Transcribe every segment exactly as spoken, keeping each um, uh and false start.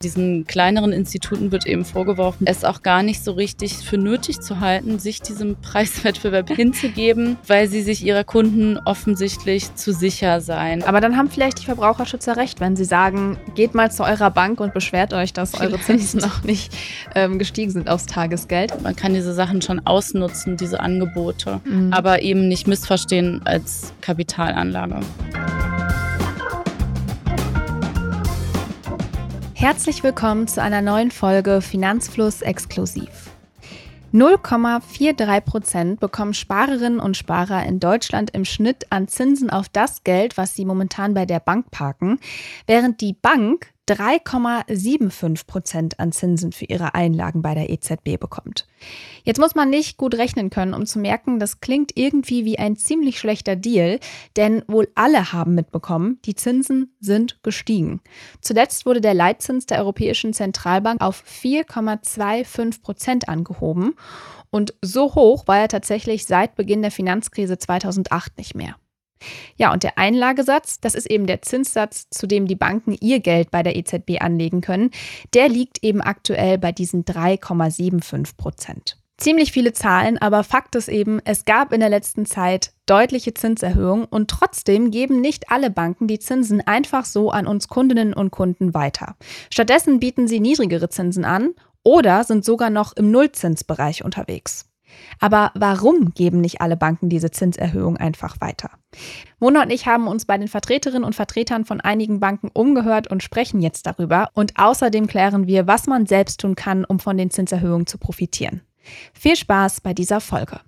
Diesen kleineren Instituten wird eben vorgeworfen, es auch gar nicht so richtig für nötig zu halten, sich diesem Preiswettbewerb hinzugeben, weil sie sich ihrer Kunden offensichtlich zu sicher seien. Aber dann haben vielleicht die Verbraucherschützer recht, wenn sie sagen, geht mal zu eurer Bank und beschwert euch, dass vielleicht eure Zinsen noch nicht ähm, gestiegen sind aufs Tagesgeld. Man kann diese Sachen schon ausnutzen, diese Angebote, Mhm. aber eben nicht missverstehen als Kapitalanlage. Herzlich willkommen zu einer neuen Folge Finanzfluss exklusiv. null Komma drei vier Prozent bekommen Sparerinnen und Sparer in Deutschland im Schnitt an Zinsen auf das Geld, was sie momentan bei der Bank parken, während die Bank drei Komma fünfundsiebzig Prozent an Zinsen für ihre Einlagen bei der E Z B bekommt. Jetzt muss man nicht gut rechnen können, um zu merken, das klingt irgendwie wie ein ziemlich schlechter Deal, denn wohl alle haben mitbekommen, die Zinsen sind gestiegen. Zuletzt wurde der Leitzins der Europäischen Zentralbank auf vier Komma fünfundzwanzig Prozent angehoben und so hoch war er tatsächlich seit Beginn der Finanzkrise zweitausendacht nicht mehr. Ja, und der Einlagesatz, das ist eben der Zinssatz, zu dem die Banken ihr Geld bei der E Z B anlegen können, der liegt eben aktuell bei diesen drei Komma fünfundsiebzig Prozent. Ziemlich viele Zahlen, aber Fakt ist eben, es gab in der letzten Zeit deutliche Zinserhöhungen und trotzdem geben nicht alle Banken die Zinsen einfach so an uns Kundinnen und Kunden weiter. Stattdessen bieten sie niedrigere Zinsen an oder sind sogar noch im Nullzinsbereich unterwegs. Aber warum geben nicht alle Banken diese Zinserhöhung einfach weiter? Mona und ich haben uns bei den Vertreterinnen und Vertretern von einigen Banken umgehört und sprechen jetzt darüber. Und außerdem klären wir, was man selbst tun kann, um von den Zinserhöhungen zu profitieren. Viel Spaß bei dieser Folge.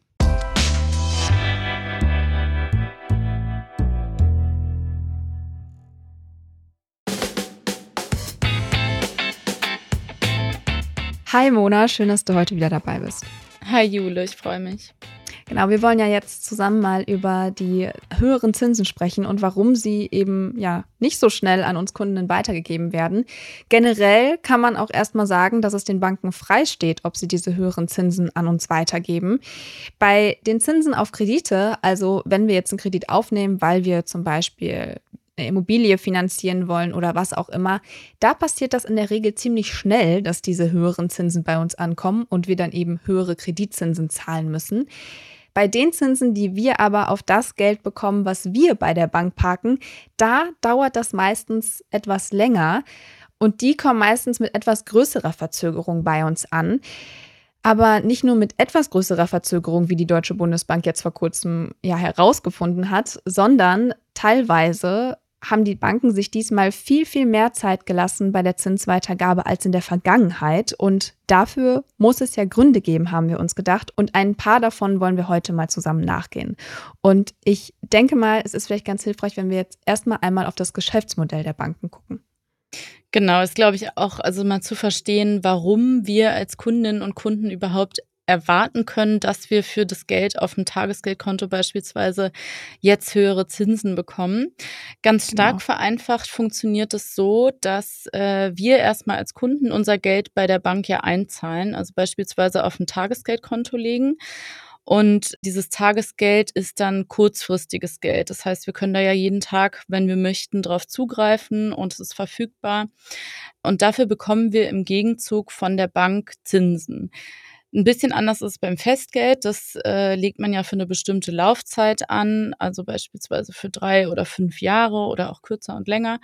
Hi Mona, schön, dass du heute wieder dabei bist. Hi Jule, ich freue mich. Genau, wir wollen ja jetzt zusammen mal über die höheren Zinsen sprechen und warum sie eben ja nicht so schnell an uns Kunden weitergegeben werden. Generell kann man auch erstmal sagen, dass es den Banken frei steht, ob sie diese höheren Zinsen an uns weitergeben. Bei den Zinsen auf Kredite, also wenn wir jetzt einen Kredit aufnehmen, weil wir zum Beispiel eine Immobilie finanzieren wollen oder was auch immer, da passiert das in der Regel ziemlich schnell, dass diese höheren Zinsen bei uns ankommen und wir dann eben höhere Kreditzinsen zahlen müssen. Bei den Zinsen, die wir aber auf das Geld bekommen, was wir bei der Bank parken, da dauert das meistens etwas länger und die kommen meistens mit etwas größerer Verzögerung bei uns an. Aber nicht nur mit etwas größerer Verzögerung, wie die Deutsche Bundesbank jetzt vor kurzem ja herausgefunden hat, sondern teilweise haben die Banken sich diesmal viel, viel mehr Zeit gelassen bei der Zinsweitergabe als in der Vergangenheit. Und dafür muss es ja Gründe geben, haben wir uns gedacht. Und ein paar davon wollen wir heute mal zusammen nachgehen. Und ich denke mal, es ist vielleicht ganz hilfreich, wenn wir jetzt erstmal einmal auf das Geschäftsmodell der Banken gucken. Genau, ist glaube ich auch, also mal zu verstehen, warum wir als Kundinnen und Kunden überhaupt erwarten können, dass wir für das Geld auf dem Tagesgeldkonto beispielsweise jetzt höhere Zinsen bekommen. Ganz stark Genau. vereinfacht funktioniert es so, dass äh, wir erstmal als Kunden unser Geld bei der Bank ja einzahlen, also beispielsweise auf ein Tagesgeldkonto legen. Und dieses Tagesgeld ist dann kurzfristiges Geld. Das heißt, wir können da ja jeden Tag, wenn wir möchten, drauf zugreifen und es ist verfügbar. Und dafür bekommen wir im Gegenzug von der Bank Zinsen. Ein bisschen anders ist es beim Festgeld. Das äh, legt man ja für eine bestimmte Laufzeit an, also beispielsweise für drei oder fünf Jahre oder auch kürzer und länger.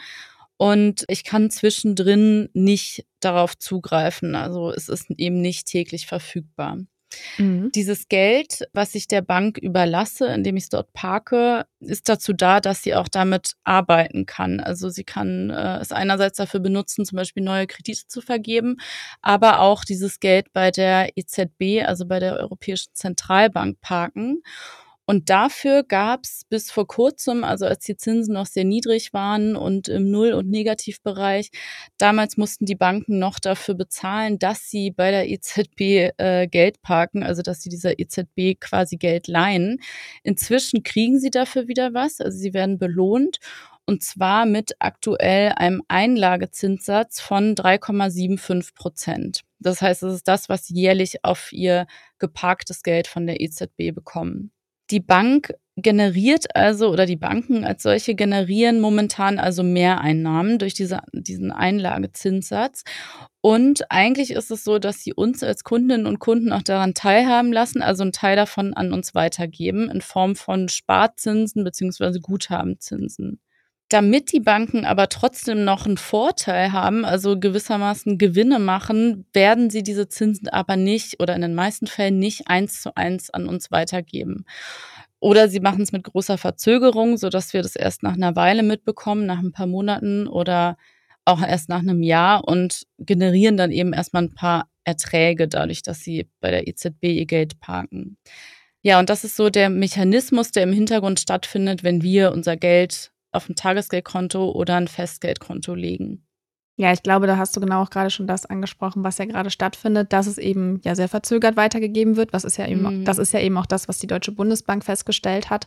Und ich kann zwischendrin nicht darauf zugreifen. Also es ist eben nicht täglich verfügbar. Mhm. Dieses Geld, was ich der Bank überlasse, indem ich es dort parke, ist dazu da, dass sie auch damit arbeiten kann. Also sie kann äh, es einerseits dafür benutzen, zum Beispiel neue Kredite zu vergeben, aber auch dieses Geld bei der E Z B, also bei der Europäischen Zentralbank, parken. Und dafür gab es bis vor kurzem, also als die Zinsen noch sehr niedrig waren und im Null- und Negativbereich, damals mussten die Banken noch dafür bezahlen, dass sie bei der E Z B äh, Geld parken, also dass sie dieser E Z B quasi Geld leihen. Inzwischen kriegen sie dafür wieder was, also sie werden belohnt. Und zwar mit aktuell einem Einlagezinssatz von drei Komma fünfundsiebzig Prozent. Das heißt, es ist das, was sie jährlich auf ihr geparktes Geld von der E Z B bekommen. Die Bank generiert also oder die Banken als solche generieren momentan also Mehreinnahmen durch diese diesen Einlagezinssatz. Und eigentlich ist es so, dass sie uns als Kundinnen und Kunden auch daran teilhaben lassen, also einen Teil davon an uns weitergeben in Form von Sparzinsen beziehungsweise Guthabenzinsen. Damit die Banken aber trotzdem noch einen Vorteil haben, also gewissermaßen Gewinne machen, werden sie diese Zinsen aber nicht oder in den meisten Fällen nicht eins zu eins an uns weitergeben. Oder sie machen es mit großer Verzögerung, sodass wir das erst nach einer Weile mitbekommen, nach ein paar Monaten oder auch erst nach einem Jahr und generieren dann eben erst mal 'n paar Erträge dadurch, dass sie bei der E Z B ihr Geld parken. Ja, und das ist so der Mechanismus, der im Hintergrund stattfindet, wenn wir unser Geld auf 'n Tagesgeldkonto oder 'n Festgeldkonto legen. Ja, ich glaube, da hast du genau auch gerade schon das angesprochen, was ja gerade stattfindet, dass es eben ja sehr verzögert weitergegeben wird. Was ist ja eben, Mhm. das ist ja eben auch das, was die Deutsche Bundesbank festgestellt hat.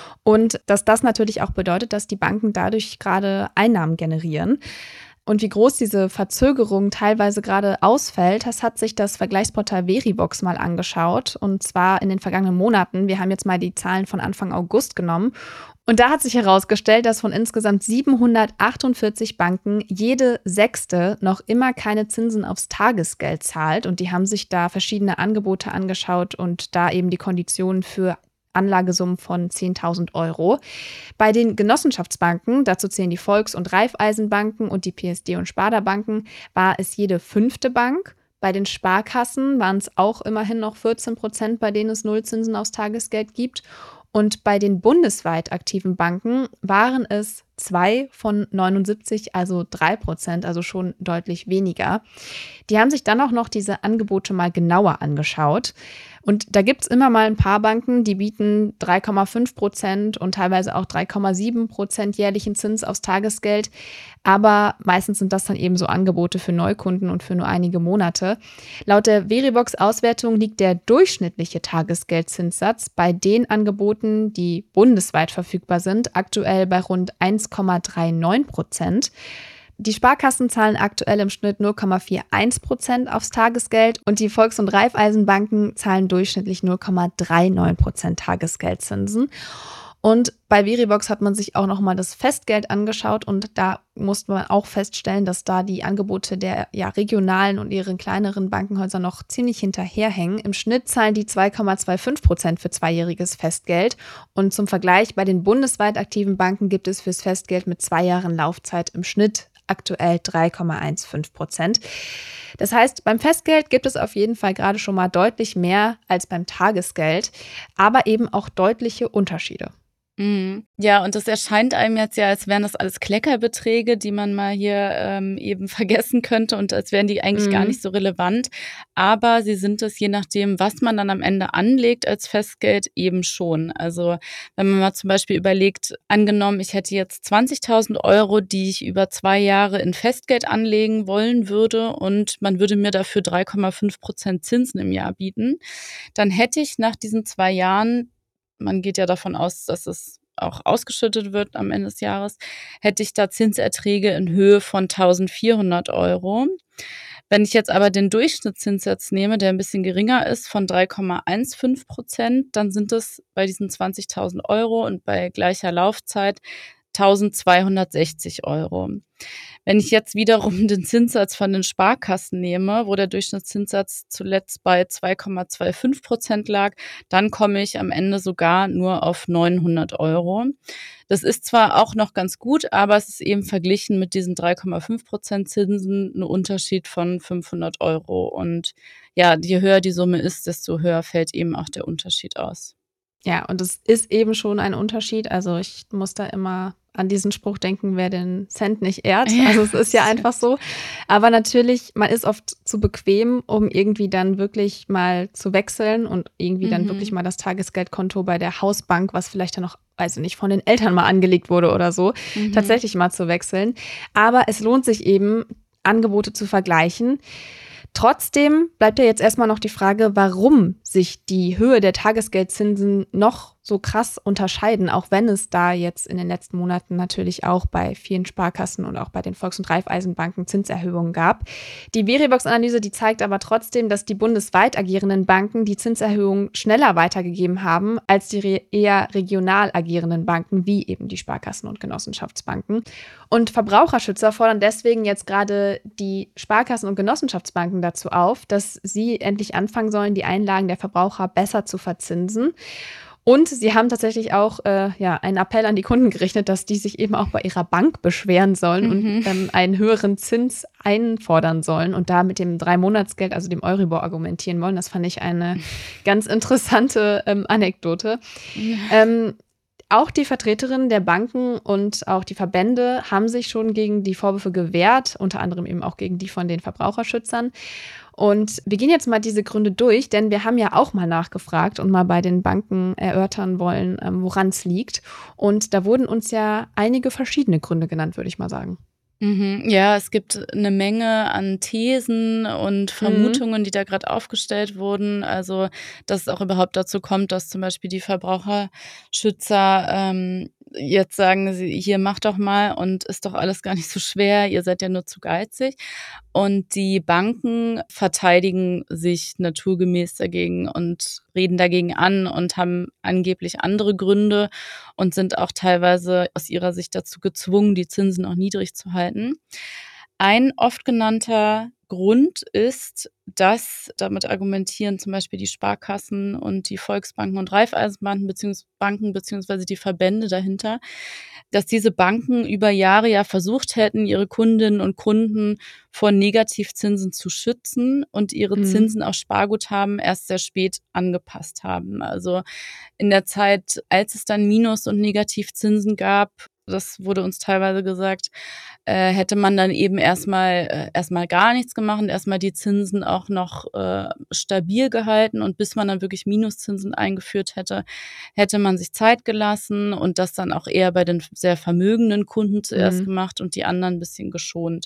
Und dass das natürlich auch bedeutet, dass die Banken dadurch gerade Einnahmen generieren. Und wie groß diese Verzögerung teilweise gerade ausfällt, das hat sich das Vergleichsportal Verivox mal angeschaut. Und zwar in den vergangenen Monaten. Wir haben jetzt mal die Zahlen von Anfang August genommen. Und da hat sich herausgestellt, dass von insgesamt siebenhundertachtundvierzig Banken jede sechste noch immer keine Zinsen aufs Tagesgeld zahlt. Und die haben sich da verschiedene Angebote angeschaut und da eben die Konditionen für Anlagesummen von zehntausend Euro. Bei den Genossenschaftsbanken, dazu zählen die Volks- und Raiffeisenbanken und die P S D- und Sparda-Banken, war es jede fünfte Bank. Bei den Sparkassen waren es auch immerhin noch vierzehn Prozent, bei denen es Nullzinsen aufs Tagesgeld gibt. Und bei den bundesweit aktiven Banken waren es zwei von neunundsiebzig, also drei Prozent, also schon deutlich weniger. Die haben sich dann auch noch diese Angebote mal genauer angeschaut. Und da gibt es immer mal ein paar Banken, die bieten drei Komma fünf Prozent und teilweise auch drei Komma sieben Prozent jährlichen Zins aufs Tagesgeld. Aber meistens sind das dann eben so Angebote für Neukunden und für nur einige Monate. Laut der Verivox-Auswertung liegt der durchschnittliche Tagesgeldzinssatz bei den Angeboten, die bundesweit verfügbar sind, aktuell bei rund eins Komma neununddreißig Prozent. Die Sparkassen zahlen aktuell im Schnitt null Komma einundvierzig Prozent aufs Tagesgeld und die Volks- und Raiffeisenbanken zahlen durchschnittlich null Komma neununddreißig Prozent Tagesgeldzinsen. Und bei Verivox hat man sich auch nochmal das Festgeld angeschaut und da musste man auch feststellen, dass da die Angebote der ja, regionalen und ihren kleineren Bankenhäuser noch ziemlich hinterherhängen. Im Schnitt zahlen die zwei Komma fünfundzwanzig Prozent für zweijähriges Festgeld. Und zum Vergleich, bei den bundesweit aktiven Banken gibt es fürs Festgeld mit zwei Jahren Laufzeit im Schnitt aktuell drei Komma fünfzehn Prozent. Das heißt, beim Festgeld gibt es auf jeden Fall gerade schon mal deutlich mehr als beim Tagesgeld, aber eben auch deutliche Unterschiede. Mhm. Ja, und das erscheint einem jetzt ja, als wären das alles Kleckerbeträge, die man mal hier ähm, eben vergessen könnte und als wären die eigentlich gar Mhm. nicht so relevant. Aber sie sind es, je nachdem, was man dann am Ende anlegt als Festgeld, eben schon. Also wenn man mal zum Beispiel überlegt, angenommen, ich hätte jetzt zwanzigtausend Euro, die ich über zwei Jahre in Festgeld anlegen wollen würde und man würde mir dafür drei Komma fünf Prozent Zinsen im Jahr bieten, dann hätte ich nach diesen zwei Jahren, man geht ja davon aus, dass es auch ausgeschüttet wird am Ende des Jahres, hätte ich da Zinserträge in Höhe von eintausendvierhundert Euro. Wenn ich jetzt aber den Durchschnittszinssatz nehme, der ein bisschen geringer ist, von drei Komma fünfzehn Prozent, dann sind es bei diesen zwanzigtausend Euro und bei gleicher Laufzeit eintausendzweihundertsechzig Euro. Wenn ich jetzt wiederum den Zinssatz von den Sparkassen nehme, wo der Durchschnittszinssatz zuletzt bei zwei Komma fünfundzwanzig Prozent lag, dann komme ich am Ende sogar nur auf neunhundert Euro. Das ist zwar auch noch ganz gut, aber es ist eben verglichen mit diesen drei Komma fünf Prozent Zinsen ein Unterschied von fünfhundert Euro. Und ja, je höher die Summe ist, desto höher fällt eben auch der Unterschied aus. Ja, und es ist eben schon ein Unterschied. Also ich muss da immer an diesen Spruch denken, wer den Cent nicht ehrt. Ja, Also es ist ja das einfach stimmt. so. Aber natürlich, man ist oft zu bequem, um irgendwie dann wirklich mal zu wechseln und irgendwie dann wirklich Mhm. mal das Tagesgeldkonto bei der Hausbank, was vielleicht dann noch, weiß ich nicht, von den Eltern mal angelegt wurde oder so, Mhm. tatsächlich mal zu wechseln. Aber es lohnt sich eben, Angebote zu vergleichen. Trotzdem bleibt ja jetzt erstmal noch die Frage, warum sich die Höhe der Tagesgeldzinsen noch so krass unterscheiden, auch wenn es da jetzt in den letzten Monaten natürlich auch bei vielen Sparkassen und auch bei den Volks- und Raiffeisenbanken Zinserhöhungen gab. Die Verivox-Analyse, die zeigt aber trotzdem, dass die bundesweit agierenden Banken die Zinserhöhung schneller weitergegeben haben als die re- eher regional agierenden Banken, wie eben die Sparkassen und Genossenschaftsbanken. Und Verbraucherschützer fordern deswegen jetzt gerade die Sparkassen und Genossenschaftsbanken dazu auf, dass sie endlich anfangen sollen, die Einlagen der Verbraucher besser zu verzinsen. Und sie haben tatsächlich auch äh, ja, einen Appell an die Kunden gerichtet, dass die sich eben auch bei ihrer Bank beschweren sollen Mhm. und ähm, einen höheren Zins einfordern sollen und da mit dem Drei-Monats-Geld, also dem Euribor, argumentieren wollen. Das fand ich eine ganz interessante ähm, Anekdote. Ja. Ähm, Auch die Vertreterinnen der Banken und auch die Verbände haben sich schon gegen die Vorwürfe gewehrt, unter anderem eben auch gegen die von den Verbraucherschützern. Und wir gehen jetzt mal diese Gründe durch, denn wir haben ja auch mal nachgefragt und mal bei den Banken erörtern wollen, ähm, woran es liegt. Und da wurden uns ja einige verschiedene Gründe genannt, würde ich mal sagen. Mhm. Ja, es gibt eine Menge an Thesen und Vermutungen, die da gerade aufgestellt wurden. Also, dass es auch überhaupt dazu kommt, dass zum Beispiel die Verbraucherschützer ähm, jetzt sagen, sie hier macht doch mal und ist doch alles gar nicht so schwer, ihr seid ja nur zu geizig. Und die Banken verteidigen sich naturgemäß dagegen und reden dagegen an und haben angeblich andere Gründe und sind auch teilweise aus ihrer Sicht dazu gezwungen, die Zinsen auch niedrig zu halten. Ein oft genannter Grund ist, dass damit argumentieren zum Beispiel die Sparkassen und die Volksbanken und Raiffeisenbanken beziehungsweise Banken beziehungsweise die Verbände dahinter, dass diese Banken über Jahre ja versucht hätten, ihre Kundinnen und Kunden vor Negativzinsen zu schützen und ihre Mhm. Zinsen auf Sparguthaben erst sehr spät angepasst haben. Also in der Zeit, als es dann Minus- und Negativzinsen gab, das wurde uns teilweise gesagt, äh, hätte man dann eben erstmal äh, erstmal gar nichts gemacht und erstmal die Zinsen auch noch äh, stabil gehalten. Und bis man dann wirklich Minuszinsen eingeführt hätte, hätte man sich Zeit gelassen und das dann auch eher bei den sehr vermögenden Kunden zuerst Mhm. gemacht und die anderen ein bisschen geschont.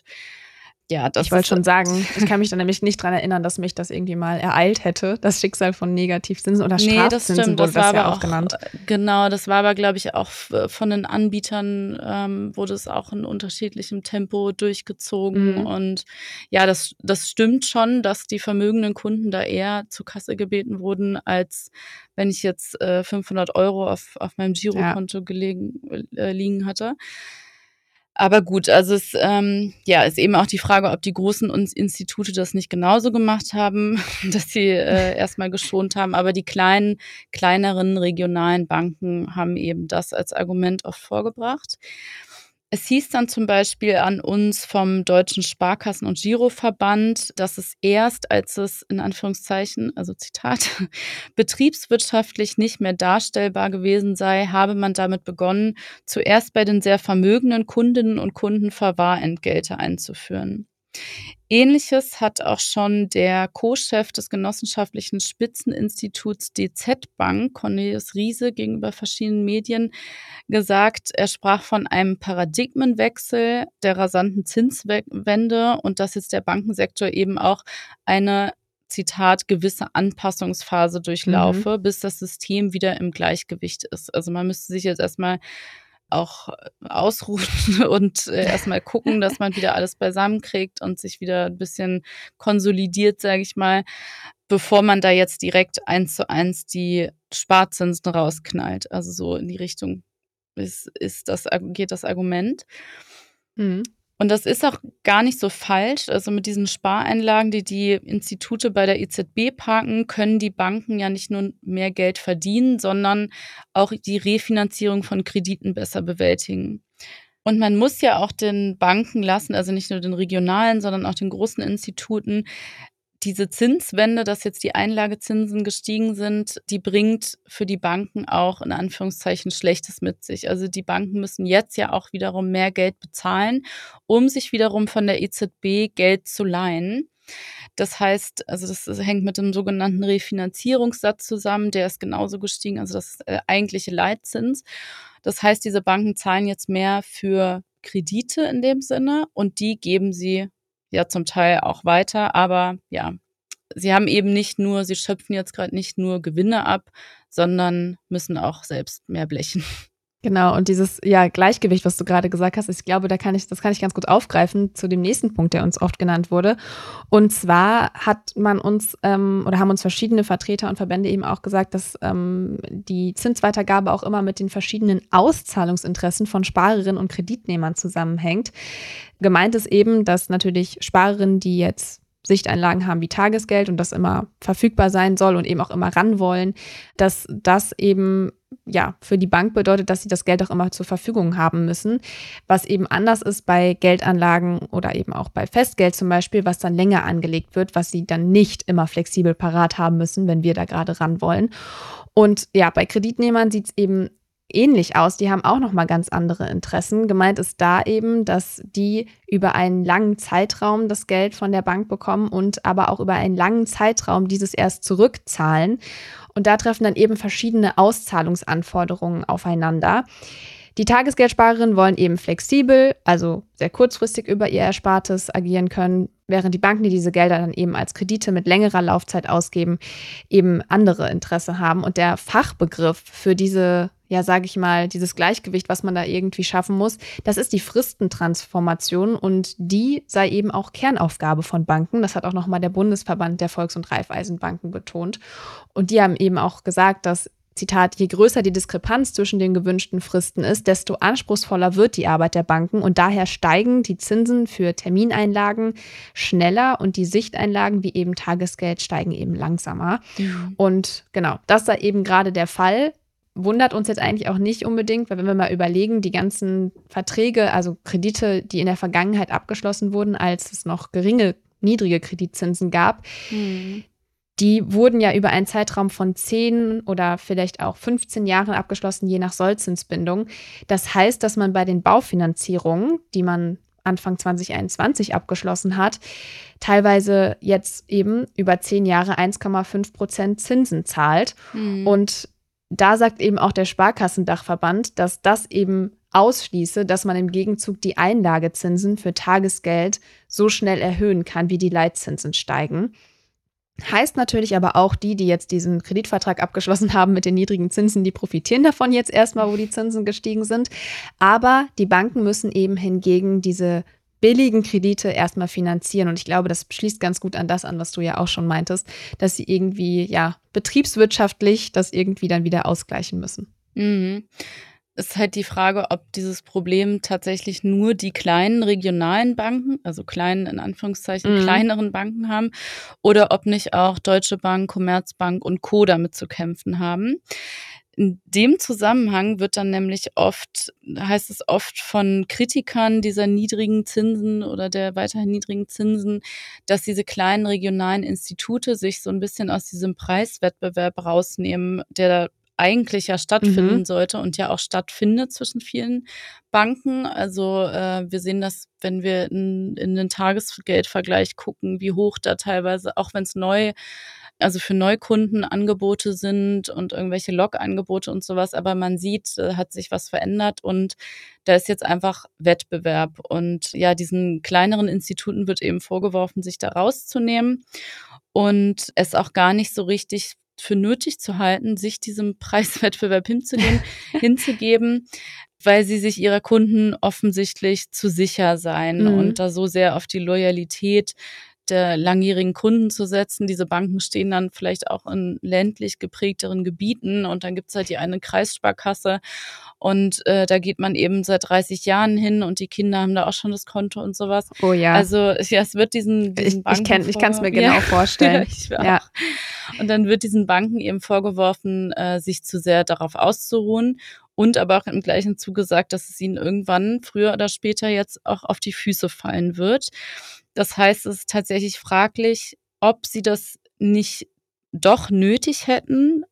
Ja, das Ich wollte ist schon sagen, ich kann mich dann nämlich nicht daran erinnern, dass mich das irgendwie mal ereilt hätte, das Schicksal von Negativzinsen oder Nee, das Strafzinsen stimmt. wurde Das war das ja aber auch auch genannt. äh, genau, das war aber, glaube ich, auch f von den Anbietern, ähm, wurde es auch in unterschiedlichem Tempo durchgezogen. Mhm. Und ja, das das stimmt schon, dass die vermögenden Kunden da eher zur Kasse gebeten wurden, als wenn ich jetzt, äh, fünfhundert Euro auf auf meinem Ja. Girokonto gelegen äh, liegen hatte. Aber gut, also es, ähm, ja, ist eben auch die Frage, ob die großen uns Institute das nicht genauso gemacht haben, dass sie, äh, erst mal geschont haben. Aber die kleinen kleineren regionalen Banken haben eben das als Argument oft vorgebracht. Es hieß dann zum Beispiel an uns vom Deutschen Sparkassen und Giroverband, dass es erst, als es in Anführungszeichen, also Zitat, betriebswirtschaftlich nicht mehr darstellbar gewesen sei, habe man damit begonnen, zuerst bei den sehr vermögenden Kundinnen und Kunden Verwahrentgelte einzuführen. Ähnliches hat auch schon der Co-Chef des genossenschaftlichen Spitzeninstituts D Z Bank, Cornelius Riese, gegenüber verschiedenen Medien gesagt. Er sprach von einem Paradigmenwechsel, der rasanten Zinswende und dass jetzt der Bankensektor eben auch eine, Zitat, gewisse Anpassungsphase Mhm. durchlaufe, bis das System wieder im Gleichgewicht ist. Also man müsste sich jetzt erstmal auch ausruhen und äh, erst mal gucken, dass man wieder alles beisammenkriegt und sich wieder ein bisschen konsolidiert, sage ich mal, bevor man da jetzt direkt eins zu eins die Sparzinsen rausknallt. Also so in die Richtung ist ist das geht das Argument. Mhm. Und das ist auch gar nicht so falsch. Also, mit diesen Spareinlagen, die die Institute bei der E Z B parken, können die Banken ja nicht nur mehr Geld verdienen, sondern auch die Refinanzierung von Krediten besser bewältigen. Und man muss ja auch den Banken lassen, also nicht nur den regionalen, sondern auch den großen Instituten, diese Zinswende, dass jetzt die Einlagezinsen gestiegen sind, die bringt für die Banken auch in Anführungszeichen Schlechtes mit sich. Also, die Banken müssen jetzt ja auch wiederum mehr Geld bezahlen, um sich wiederum von der E Z B Geld zu leihen. Das heißt, also, das hängt mit dem sogenannten Refinanzierungssatz zusammen, der ist genauso gestiegen, also das ist der eigentliche Leitzins. Das heißt, diese Banken zahlen jetzt mehr für Kredite in dem Sinne und die geben sie ja zum Teil auch weiter, aber ja, sie haben eben nicht nur sie schöpfen jetzt gerade nicht nur Gewinne ab, sondern müssen auch selbst mehr blechen. Genau, und dieses ja, Gleichgewicht, was du gerade gesagt hast, ich glaube, da kann ich das kann ich ganz gut aufgreifen zu dem nächsten Punkt, der uns oft genannt wurde. Und zwar hat man uns ähm, oder haben uns verschiedene Vertreter und Verbände eben auch gesagt, dass ähm, die Zinsweitergabe auch immer mit den verschiedenen Auszahlungsinteressen von Sparerinnen und Kreditnehmern zusammenhängt. Gemeint ist eben, dass natürlich Sparerinnen, die jetzt Sichteinlagen haben wie Tagesgeld und das immer verfügbar sein soll und eben auch immer ran wollen, dass das eben ja für die Bank bedeutet, dass sie das Geld auch immer zur Verfügung haben müssen, was eben anders ist bei Geldanlagen oder eben auch bei Festgeld zum Beispiel, was dann länger angelegt wird, was sie dann nicht immer flexibel parat haben müssen, wenn wir da gerade ran wollen. Und ja, bei Kreditnehmern sieht es eben ähnlich aus. Die haben auch nochmal ganz andere Interessen. Gemeint ist da eben, dass die über einen langen Zeitraum das Geld von der Bank bekommen und aber auch über einen langen Zeitraum dieses erst zurückzahlen. Und da treffen dann eben verschiedene Auszahlungsanforderungen aufeinander. Die Tagesgeldsparerinnen wollen eben flexibel, also sehr kurzfristig über ihr Erspartes agieren können, während die Banken, die diese Gelder dann eben als Kredite mit längerer Laufzeit ausgeben, eben andere Interesse haben. Und der Fachbegriff für diese, ja, sage ich mal, dieses Gleichgewicht, was man da irgendwie schaffen muss, das ist die Fristentransformation und die sei eben auch Kernaufgabe von Banken. Das hat auch nochmal der Bundesverband der Volks- und Raiffeisenbanken betont. Und die haben eben auch gesagt, dass Zitat, je größer die Diskrepanz zwischen den gewünschten Fristen ist, desto anspruchsvoller wird die Arbeit der Banken und daher steigen die Zinsen für Termineinlagen schneller und die Sichteinlagen wie eben Tagesgeld steigen eben langsamer. Mhm. Und genau, das sei eben gerade der Fall. Wundert uns jetzt eigentlich auch nicht unbedingt, weil wenn wir mal überlegen, die ganzen Verträge, also Kredite, die in der Vergangenheit abgeschlossen wurden, als es noch geringe, niedrige Kreditzinsen gab, mhm. die wurden ja über einen Zeitraum von zehn oder vielleicht auch fünfzehn Jahren abgeschlossen, je nach Sollzinsbindung. Das heißt, dass man bei den Baufinanzierungen, die man Anfang zwanzig einundzwanzig abgeschlossen hat, teilweise jetzt eben über zehn Jahre eins Komma fünf Prozent Zinsen zahlt. Mhm. Und da sagt eben auch der Sparkassendachverband, dass das eben ausschließe, dass man im Gegenzug die Einlagezinsen für Tagesgeld so schnell erhöhen kann, wie die Leitzinsen steigen. Heißt natürlich aber auch, die, die jetzt diesen Kreditvertrag abgeschlossen haben mit den niedrigen Zinsen, die profitieren davon jetzt erstmal, wo die Zinsen gestiegen sind. Aber die Banken müssen eben hingegen diese billigen Kredite erstmal finanzieren. Und ich glaube, das schließt ganz gut an das an, was du ja auch schon meintest, dass sie irgendwie, ja, betriebswirtschaftlich das irgendwie dann wieder ausgleichen müssen. Mhm. Es ist halt die Frage, ob dieses Problem tatsächlich nur die kleinen regionalen Banken, also kleinen, in Anführungszeichen, mhm. kleineren Banken haben oder ob nicht auch Deutsche Bank, Commerzbank und Co. damit zu kämpfen haben. In dem Zusammenhang wird dann nämlich oft, heißt es oft von Kritikern dieser niedrigen Zinsen oder der weiterhin niedrigen Zinsen, dass diese kleinen regionalen Institute sich so ein bisschen aus diesem Preiswettbewerb rausnehmen, der eigentlich ja stattfinden mhm. sollte und ja auch stattfindet zwischen vielen Banken. Also äh, wir sehen das, wenn wir in, in den Tagesgeldvergleich gucken, wie hoch da teilweise, auch wenn es neu, also für Neukunden Angebote sind und irgendwelche Log-Angebote und sowas, aber man sieht, äh, hat sich was verändert und da ist jetzt einfach Wettbewerb und ja, diesen kleineren Instituten wird eben vorgeworfen, sich da rauszunehmen und es auch gar nicht so richtig für nötig zu halten, sich diesem Preiswettbewerb hinzugeben, hinzugeben, weil sie sich ihrer Kunden offensichtlich zu sicher seien mhm. und da so sehr auf die Loyalität der langjährigen Kunden zu setzen. Diese Banken stehen dann vielleicht auch in ländlich geprägteren Gebieten und dann gibt's halt die eine Kreissparkasse und äh, da geht man eben seit dreißig Jahren hin und die Kinder haben da auch schon das Konto und sowas. Oh ja. Also ja, es wird diesen, diesen ich, Banken ich, kenn, ich kann es mir genau ja. vorstellen. Ja, ich ja. auch. Und dann wird diesen Banken eben vorgeworfen, äh, sich zu sehr darauf auszuruhen und aber auch im gleichen Zuge gesagt, dass es ihnen irgendwann, früher oder später, jetzt auch auf die Füße fallen wird. Das heißt, es ist tatsächlich fraglich, ob sie das nicht doch nötig hätten,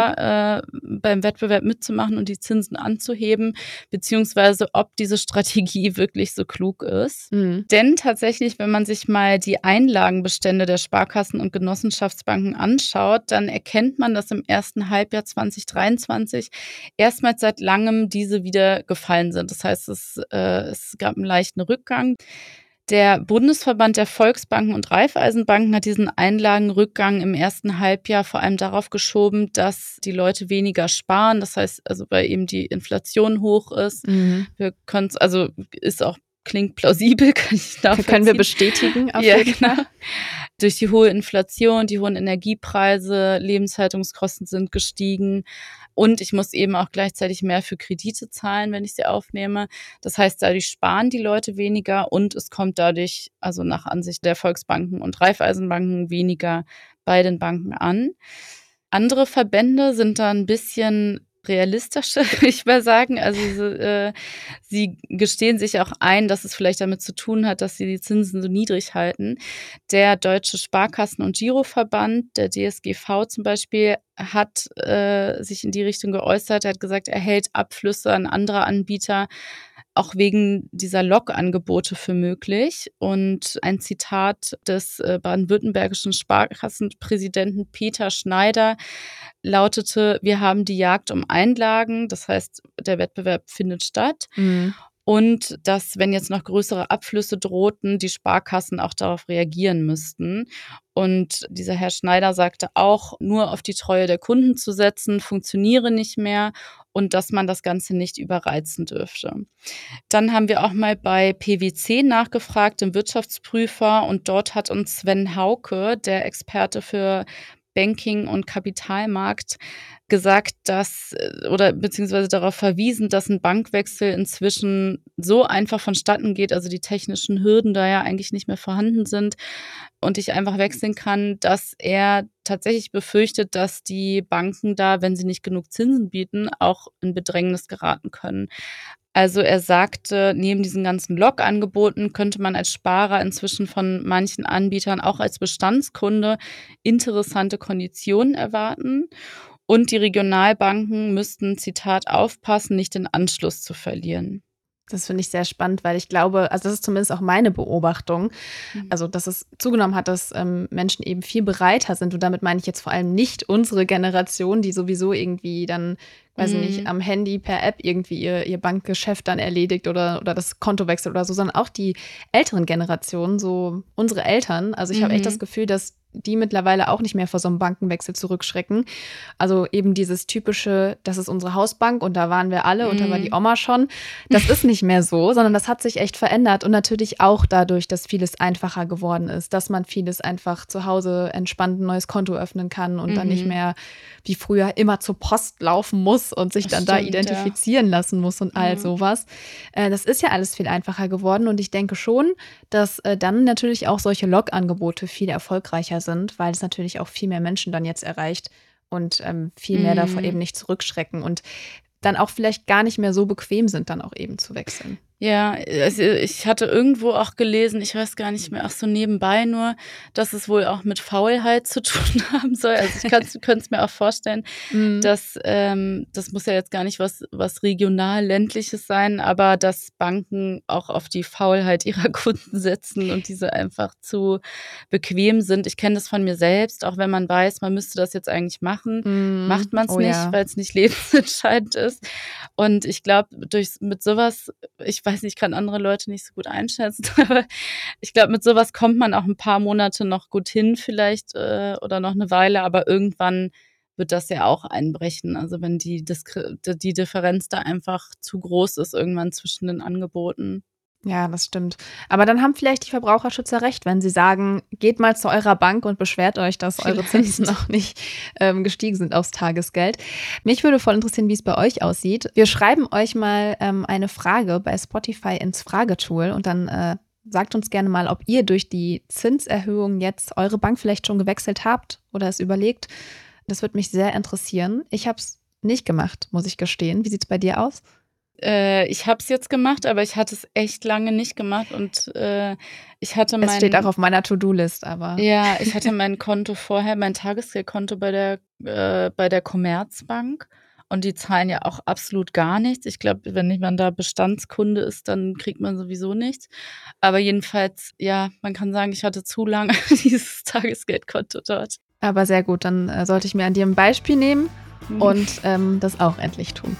da mhm. äh, beim Wettbewerb mitzumachen und die Zinsen anzuheben, beziehungsweise ob diese Strategie wirklich so klug ist. Mhm. Denn tatsächlich, wenn man sich mal die Einlagenbestände der Sparkassen und Genossenschaftsbanken anschaut, dann erkennt man, dass im ersten Halbjahr zwanzig dreiundzwanzig erstmals seit langem diese wieder gefallen sind. Das heißt, es, äh, es gab einen leichten Rückgang. Der Bundesverband der Volksbanken und Raiffeisenbanken hat diesen Einlagenrückgang im ersten Halbjahr vor allem darauf geschoben, dass die Leute weniger sparen. Das heißt, also weil eben die Inflation hoch ist. Mhm. Wir können es, also ist auch, klingt plausibel, kann ich nachvollziehen. Können wir bestätigen, auf ja, jeden Fall. genau. Durch die hohe Inflation, die hohen Energiepreise, Lebenshaltungskosten sind gestiegen. Und ich muss eben auch gleichzeitig mehr für Kredite zahlen, wenn ich sie aufnehme. Das heißt, dadurch sparen die Leute weniger und es kommt dadurch, also nach Ansicht der Volksbanken und Raiffeisenbanken, weniger bei den Banken an. Andere Verbände sind da ein bisschen realistischer, würde ich mal sagen. Also äh, sie gestehen sich auch ein, dass es vielleicht damit zu tun hat, dass sie die Zinsen so niedrig halten. Der Deutsche Sparkassen- und Giroverband, der D S G V zum Beispiel, hat äh, sich in die Richtung geäußert. Er hat gesagt, er hält Abflüsse an andere Anbieter auch wegen dieser Log-Angebote für möglich. Und ein Zitat des äh, baden-württembergischen Sparkassenpräsidenten Peter Schneider lautete: Wir haben die Jagd um Einlagen, das heißt, der Wettbewerb findet statt. Mhm. Und dass, wenn jetzt noch größere Abflüsse drohten, die Sparkassen auch darauf reagieren müssten. Und dieser Herr Schneider sagte auch, nur auf die Treue der Kunden zu setzen, funktioniere nicht mehr und dass man das Ganze nicht überreizen dürfte. Dann haben wir auch mal bei P W C nachgefragt, dem Wirtschaftsprüfer, und dort hat uns Sven Hauke, der Experte für Banking und Kapitalmarkt, gesagt, dass oder beziehungsweise darauf verwiesen, dass ein Bankwechsel inzwischen so einfach vonstatten geht, also die technischen Hürden da ja eigentlich nicht mehr vorhanden sind und ich einfach wechseln kann, dass er tatsächlich befürchtet, dass die Banken da, wenn sie nicht genug Zinsen bieten, auch in Bedrängnis geraten können. Also er sagte, neben diesen ganzen Log-Angeboten könnte man als Sparer inzwischen von manchen Anbietern auch als Bestandskunde interessante Konditionen erwarten. Und die Regionalbanken müssten, Zitat, aufpassen, nicht den Anschluss zu verlieren. Das finde ich sehr spannend, weil ich glaube, also das ist zumindest auch meine Beobachtung, also dass es zugenommen hat, dass ähm, Menschen eben viel bereiter sind. Und damit meine ich jetzt vor allem nicht unsere Generation, die sowieso irgendwie dann, weiß ich Mhm. nicht, am Handy per App irgendwie ihr, ihr Bankgeschäft dann erledigt oder, oder das Konto wechselt oder so, sondern auch die älteren Generationen, so unsere Eltern. Also ich habe echt Mhm. das Gefühl, dass die mittlerweile auch nicht mehr vor so einem Bankenwechsel zurückschrecken. Also eben dieses typische, das ist unsere Hausbank und da waren wir alle und da war die Oma schon. Das ist nicht mehr so, sondern das hat sich echt verändert und natürlich auch dadurch, dass vieles einfacher geworden ist, dass man vieles einfach zu Hause entspannt ein neues Konto öffnen kann und Mhm. dann nicht mehr wie früher immer zur Post laufen muss und sich dann da Stimmt, identifizieren lassen muss und all Ja. sowas. Äh, das ist ja alles viel einfacher geworden und ich denke schon, dass äh, dann natürlich auch solche Log-Angebote viel erfolgreicher sind, weil es natürlich auch viel mehr Menschen dann jetzt erreicht und ähm, viel mehr Mhm. davor eben nicht zurückschrecken und dann auch vielleicht gar nicht mehr so bequem sind, dann auch eben zu wechseln. Ja, also ich hatte irgendwo auch gelesen, ich weiß gar nicht mehr, ach so nebenbei nur, dass es wohl auch mit Faulheit zu tun haben soll. Also ich könnte es mir auch vorstellen, Mhm. dass, ähm, das muss ja jetzt gar nicht was, was regional-ländliches sein, aber dass Banken auch auf die Faulheit ihrer Kunden setzen und diese einfach zu bequem sind. Ich kenne das von mir selbst, auch wenn man weiß, man müsste das jetzt eigentlich machen, Mhm. macht man es Oh nicht, ja. weil es nicht lebensentscheidend ist. Und ich glaube, durch mit sowas, ich weiß nicht, ich kann andere Leute nicht so gut einschätzen, aber ich glaube, mit sowas kommt man auch ein paar Monate noch gut hin vielleicht äh, oder noch eine Weile, aber irgendwann wird das ja auch einbrechen. Also wenn die, Diskre die Differenz da einfach zu groß ist irgendwann zwischen den Angeboten. Ja, das stimmt. Aber dann haben vielleicht die Verbraucherschützer recht, wenn sie sagen, geht mal zu eurer Bank und beschwert euch, dass eure Vielleicht. Zinsen noch nicht ähm, gestiegen sind aufs Tagesgeld. Mich würde voll interessieren, wie es bei euch aussieht. Wir schreiben euch mal ähm, eine Frage bei Spotify ins Fragetool und dann äh, sagt uns gerne mal, ob ihr durch die Zinserhöhung jetzt eure Bank vielleicht schon gewechselt habt oder es überlegt. Das würde mich sehr interessieren. Ich habe es nicht gemacht, muss ich gestehen. Wie sieht es bei dir aus? Äh, ich habe es jetzt gemacht, aber ich hatte es echt lange nicht gemacht und äh, ich hatte mein Es steht auch auf meiner To-Do-List, aber ja, ich hatte mein Konto vorher, mein Tagesgeldkonto bei der äh, bei der Commerzbank und die zahlen ja auch absolut gar nichts. Ich glaube, wenn man da Bestandskunde ist, dann kriegt man sowieso nichts. Aber jedenfalls, ja, man kann sagen, ich hatte zu lange dieses Tagesgeldkonto dort. aber sehr gut. Dann äh, sollte ich mir an dir ein Beispiel nehmen und ähm, das auch endlich tun.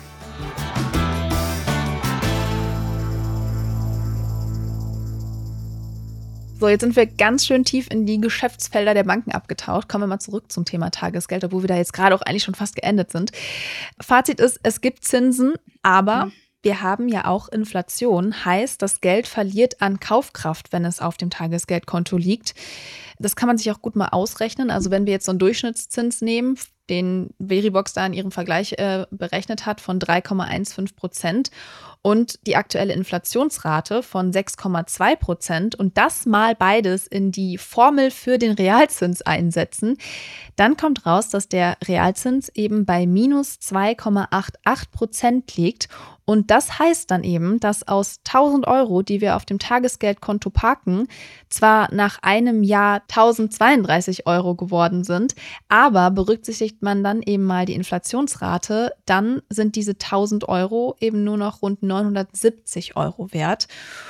So, jetzt sind wir ganz schön tief in die Geschäftsfelder der Banken abgetaucht. Kommen wir mal zurück zum Thema Tagesgeld, obwohl wir da jetzt gerade auch eigentlich schon fast geendet sind. Fazit ist, es gibt Zinsen, aber mhm. wir haben ja auch Inflation. Heißt, das Geld verliert an Kaufkraft, wenn es auf dem Tagesgeldkonto liegt. Das kann man sich auch gut mal ausrechnen. Also wenn wir jetzt so einen Durchschnittszins nehmen, den Verivox da in ihrem Vergleich äh, berechnet hat von drei Komma fünfzehn Prozent und die aktuelle Inflationsrate von sechs Komma zwei Prozent und das mal beides in die Formel für den Realzins einsetzen, dann kommt raus, dass der Realzins eben bei minus zwei Komma achtundachtzig Prozent liegt. Und das heißt dann eben, dass aus tausend Euro, die wir auf dem Tagesgeldkonto parken, zwar nach einem Jahr tausendzweiunddreißig Euro geworden sind, aber berücksichtigt man dann eben mal die Inflationsrate, dann sind diese tausend Euro eben nur noch rund neunhundertsiebzig Euro wert.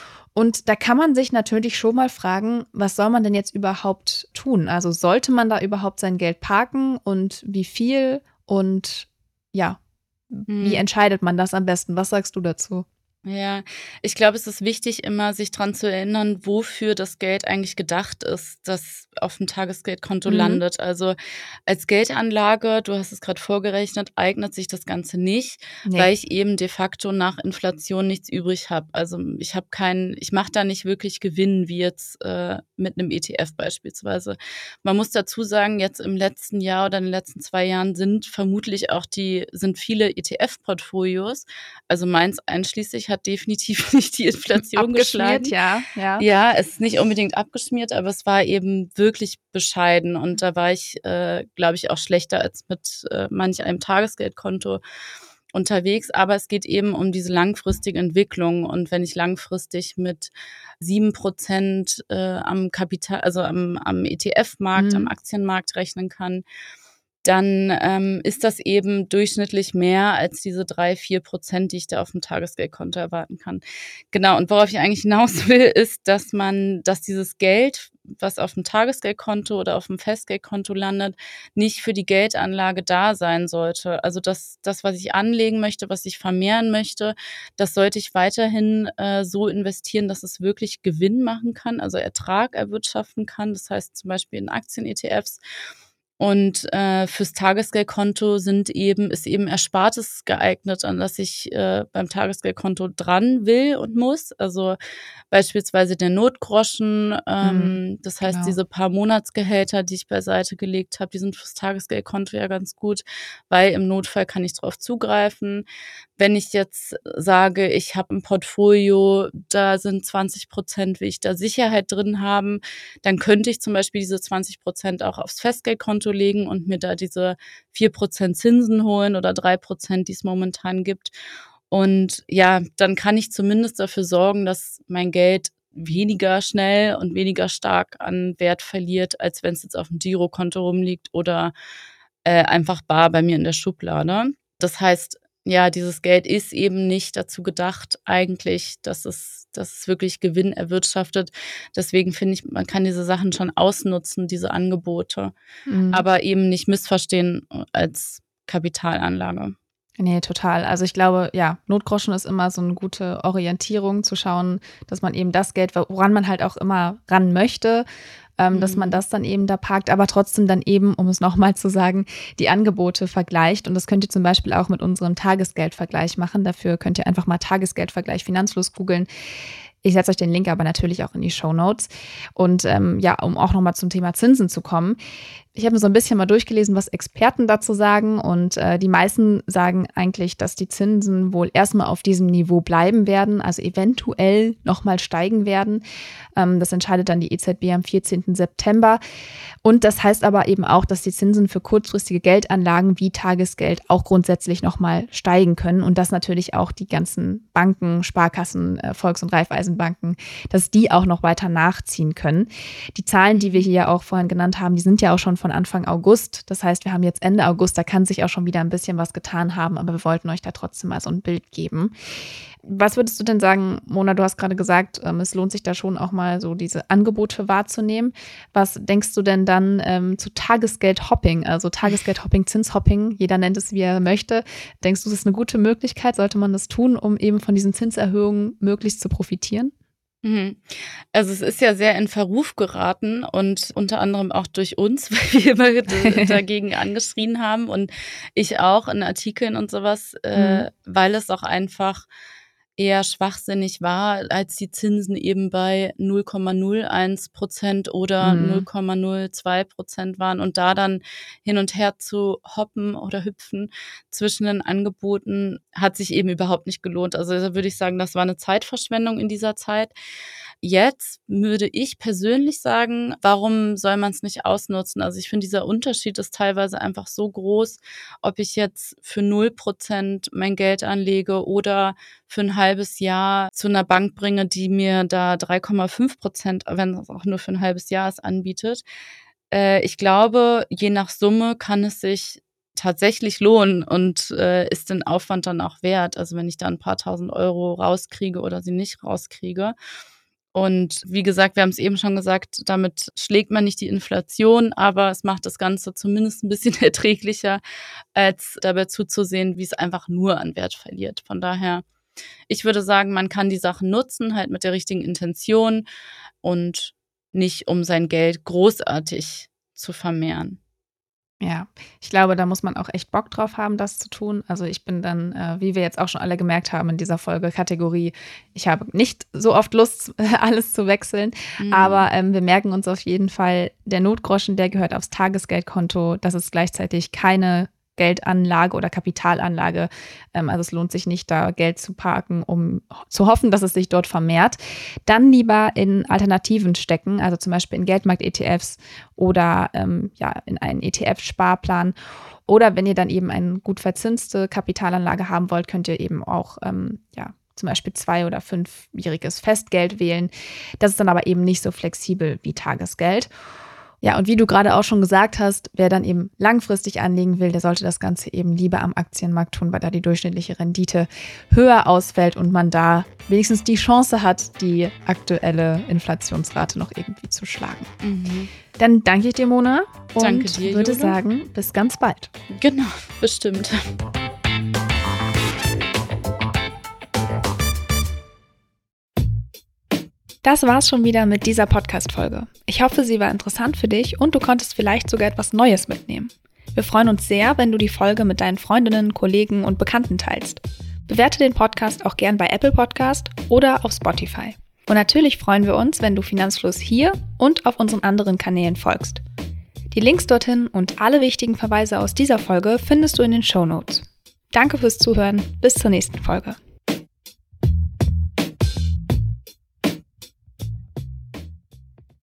Und da kann man sich natürlich schon mal fragen, was soll man denn jetzt überhaupt tun? Also sollte man da überhaupt sein Geld parken und wie viel und ja, wie entscheidet man das am besten? Was sagst du dazu? Ja, ich glaube, es ist wichtig, immer sich daran zu erinnern, wofür das Geld eigentlich gedacht ist, das auf dem Tagesgeldkonto mhm. landet. Also als Geldanlage, du hast es gerade vorgerechnet, eignet sich das Ganze nicht, nee. weil ich eben de facto nach Inflation nichts übrig habe. Also ich habe keinen, ich mache da nicht wirklich Gewinn, wie jetzt äh, mit einem E T F beispielsweise. Man muss dazu sagen, jetzt im letzten Jahr oder in den letzten zwei Jahren sind vermutlich auch die, sind viele E T F-Portfolios, also meins einschließlich, hat definitiv nicht die Inflation geschlagen. Ja, ja. Ja, es ist nicht unbedingt abgeschmiert, aber es war eben wirklich bescheiden. Und da war ich, äh, glaube ich, auch schlechter als mit äh, manch einem Tagesgeldkonto unterwegs. Aber es geht eben um diese langfristige Entwicklung. Und wenn ich langfristig mit sieben Prozent äh, am Kapital, also am, am E T F-Markt, mhm. am Aktienmarkt rechnen kann, dann ähm, ist das eben durchschnittlich mehr als diese drei, vier Prozent, die ich da auf dem Tagesgeldkonto erwarten kann. Genau, und worauf ich eigentlich hinaus will, ist, dass man, dass dieses Geld, was auf dem Tagesgeldkonto oder auf dem Festgeldkonto landet, nicht für die Geldanlage da sein sollte. Also das, das, was ich anlegen möchte, was ich vermehren möchte, das sollte ich weiterhin äh, so investieren, dass es wirklich Gewinn machen kann, also Ertrag erwirtschaften kann. Das heißt zum Beispiel in Aktien-E T Fs. Und äh, fürs Tagesgeldkonto sind eben, ist eben Erspartes geeignet, an das ich äh, beim Tagesgeldkonto dran will und muss. Also beispielsweise der Notgroschen, ähm, mhm, das heißt, genau. diese paar Monatsgehälter, die ich beiseite gelegt habe, die sind fürs Tagesgeldkonto ja ganz gut, weil im Notfall kann ich darauf zugreifen. Wenn ich jetzt sage, ich habe ein Portfolio, da sind zwanzig Prozent, will ich da Sicherheit drin haben, dann könnte ich zum Beispiel diese zwanzig Prozent auch aufs Festgeldkonto legen und mir da diese vier Prozent Zinsen holen oder drei Prozent, die es momentan gibt. Und ja, dann kann ich zumindest dafür sorgen, dass mein Geld weniger schnell und weniger stark an Wert verliert, als wenn es jetzt auf dem Girokonto rumliegt oder äh, einfach bar bei mir in der Schublade. Das heißt, ja, dieses Geld ist eben nicht dazu gedacht, eigentlich, dass es, dass es wirklich Gewinn erwirtschaftet. Deswegen finde ich, man kann diese Sachen schon ausnutzen, diese Angebote, mhm. aber eben nicht missverstehen als Kapitalanlage. Nee, total. Also ich glaube, ja, Notgroschen ist immer so eine gute Orientierung, zu schauen, dass man eben das Geld, woran man halt auch immer ran möchte, ähm, mhm. dass man das dann eben da parkt, aber trotzdem dann eben, um es nochmal zu sagen, die Angebote vergleicht. Und das könnt ihr zum Beispiel auch mit unserem Tagesgeldvergleich machen. Dafür könnt ihr einfach mal Tagesgeldvergleich Finanzfluss googeln. Ich setze euch den Link aber natürlich auch in die Shownotes. Und ähm, ja, um auch nochmal zum Thema Zinsen zu kommen. Ich habe mir so ein bisschen mal durchgelesen, was Experten dazu sagen. Und äh, die meisten sagen eigentlich, dass die Zinsen wohl erstmal auf diesem Niveau bleiben werden, also eventuell nochmal steigen werden. Ähm, das entscheidet dann die E Z B am vierzehnten September. Und das heißt aber eben auch, dass die Zinsen für kurzfristige Geldanlagen wie Tagesgeld auch grundsätzlich nochmal steigen können. Und dass natürlich auch die ganzen Banken, Sparkassen, äh, Volks- und Raiffeisenbanken, dass die auch noch weiter nachziehen können. Die Zahlen, die wir hier ja auch vorhin genannt haben, die sind ja auch schon von Anfang August. Das heißt, wir haben jetzt Ende August, da kann sich auch schon wieder ein bisschen was getan haben, aber wir wollten euch da trotzdem mal so ein Bild geben. Was würdest du denn sagen, Mona, du hast gerade gesagt, ähm, es lohnt sich da schon auch mal so diese Angebote wahrzunehmen. Was denkst du denn dann ähm, zu Tagesgeldhopping, also Tagesgeldhopping, Zinshopping, jeder nennt es, wie er möchte. Denkst du, das ist eine gute Möglichkeit? Sollte man das tun, um eben von diesen Zinserhöhungen möglichst zu profitieren? Mhm. Also, es ist ja sehr in Verruf geraten und unter anderem auch durch uns, weil wir immer d dagegen angeschrien haben und ich auch in Artikeln und so was, Mhm. äh, weil es auch einfach eher schwachsinnig war, als die Zinsen eben bei null Komma null eins Prozent oder null Mhm. Komma null zwei Prozent waren und da dann hin und her zu hoppen oder hüpfen zwischen den Angeboten hat sich eben überhaupt nicht gelohnt. Also, da würde ich sagen, das war 'ne Zeitverschwendung in dieser Zeit. Jetzt würde ich persönlich sagen, warum soll man's nicht ausnutzen? Also, ich finde, dieser Unterschied ist teilweise einfach so groß, ob ich jetzt für null Prozent mein Geld anlege oder für 'n halbes Jahr zu 'ner Bank bringe, die mir da drei Komma fünf Prozent, wenn es auch nur für 'n halbes Jahr ist, anbietet. Äh, ich glaube, je nach Summe kann es sich tatsächlich lohnen und, äh, ist den Aufwand dann auch wert. Also, wenn ich da 'n paar Tausend Euro rauskriege oder sie nicht rauskriege. Und wie gesagt, wir haben's eben schon gesagt, damit schlägt man nicht die Inflation, aber es macht das Ganze zumindest 'n bisschen erträglicher, als dabei zuzusehen, wie's einfach nur an Wert verliert. Von daher, ich würde sagen, man kann die Sachen nutzen, halt mit der richtigen Intention und nicht, um sein Geld großartig zu vermehren. Ja, ich glaube, da muss man auch echt Bock drauf haben, das zu tun. Also, ich bin dann, äh, wie wir jetzt auch schon alle gemerkt haben in dieser Folge, Kategorie: „Ich habe nicht so oft Lust, alles zu wechseln.“ Mhm. Aber, ähm, wir merken uns auf jeden Fall, der Notgroschen, der gehört aufs Tagesgeldkonto. Das ist gleichzeitig keine Geldanlage oder Kapitalanlage. Ähm, also, es lohnt sich nicht, da Geld zu parken, um ho zu hoffen, dass es sich dort vermehrt. Dann lieber in Alternativen stecken, also, zum Beispiel in Geldmarkt-E-T-Fs oder, ähm, ja, in einen E T F-Sparplan. Oder wenn ihr dann eben eine gut verzinste Kapitalanlage haben wollt, könnt ihr eben auch, ähm, ja, zum Beispiel zwei oder fünfjähriges Festgeld wählen. Das ist dann aber eben nicht so flexibel wie Tagesgeld. Ja, und wie du grade auch schon gesagt hast, wer dann eben langfristig anlegen will, der sollte das Ganze eben lieber am Aktienmarkt tun, weil da die durchschnittliche Rendite höher ausfällt und man da wenigstens die Chance hat, die aktuelle Inflationsrate noch irgendwie zu schlagen. Mhm. Dann danke ich dir, Mona, Danke und dir, würde Jule. sagen, bis ganz bald. Genau, bestimmt. Das war's schon wieder mit dieser Podcast-Folge. Ich hoffe, sie war interessant für dich und du konntest vielleicht sogar etwas Neues mitnehmen. Wir freuen uns sehr, wenn du die Folge mit deinen Freundinnen, Kollegen und Bekannten teilst. Bewerte den Podcast auch gern bei Apple Podcast oder auf Spotify. Und natürlich freuen wir uns, wenn du Finanzfluss hier und auf unseren anderen Kanälen folgst. Die Links dorthin und alle wichtigen Verweise aus dieser Folge findest du in den Shownotes. Danke fürs Zuhören. Bis zur nächsten Folge.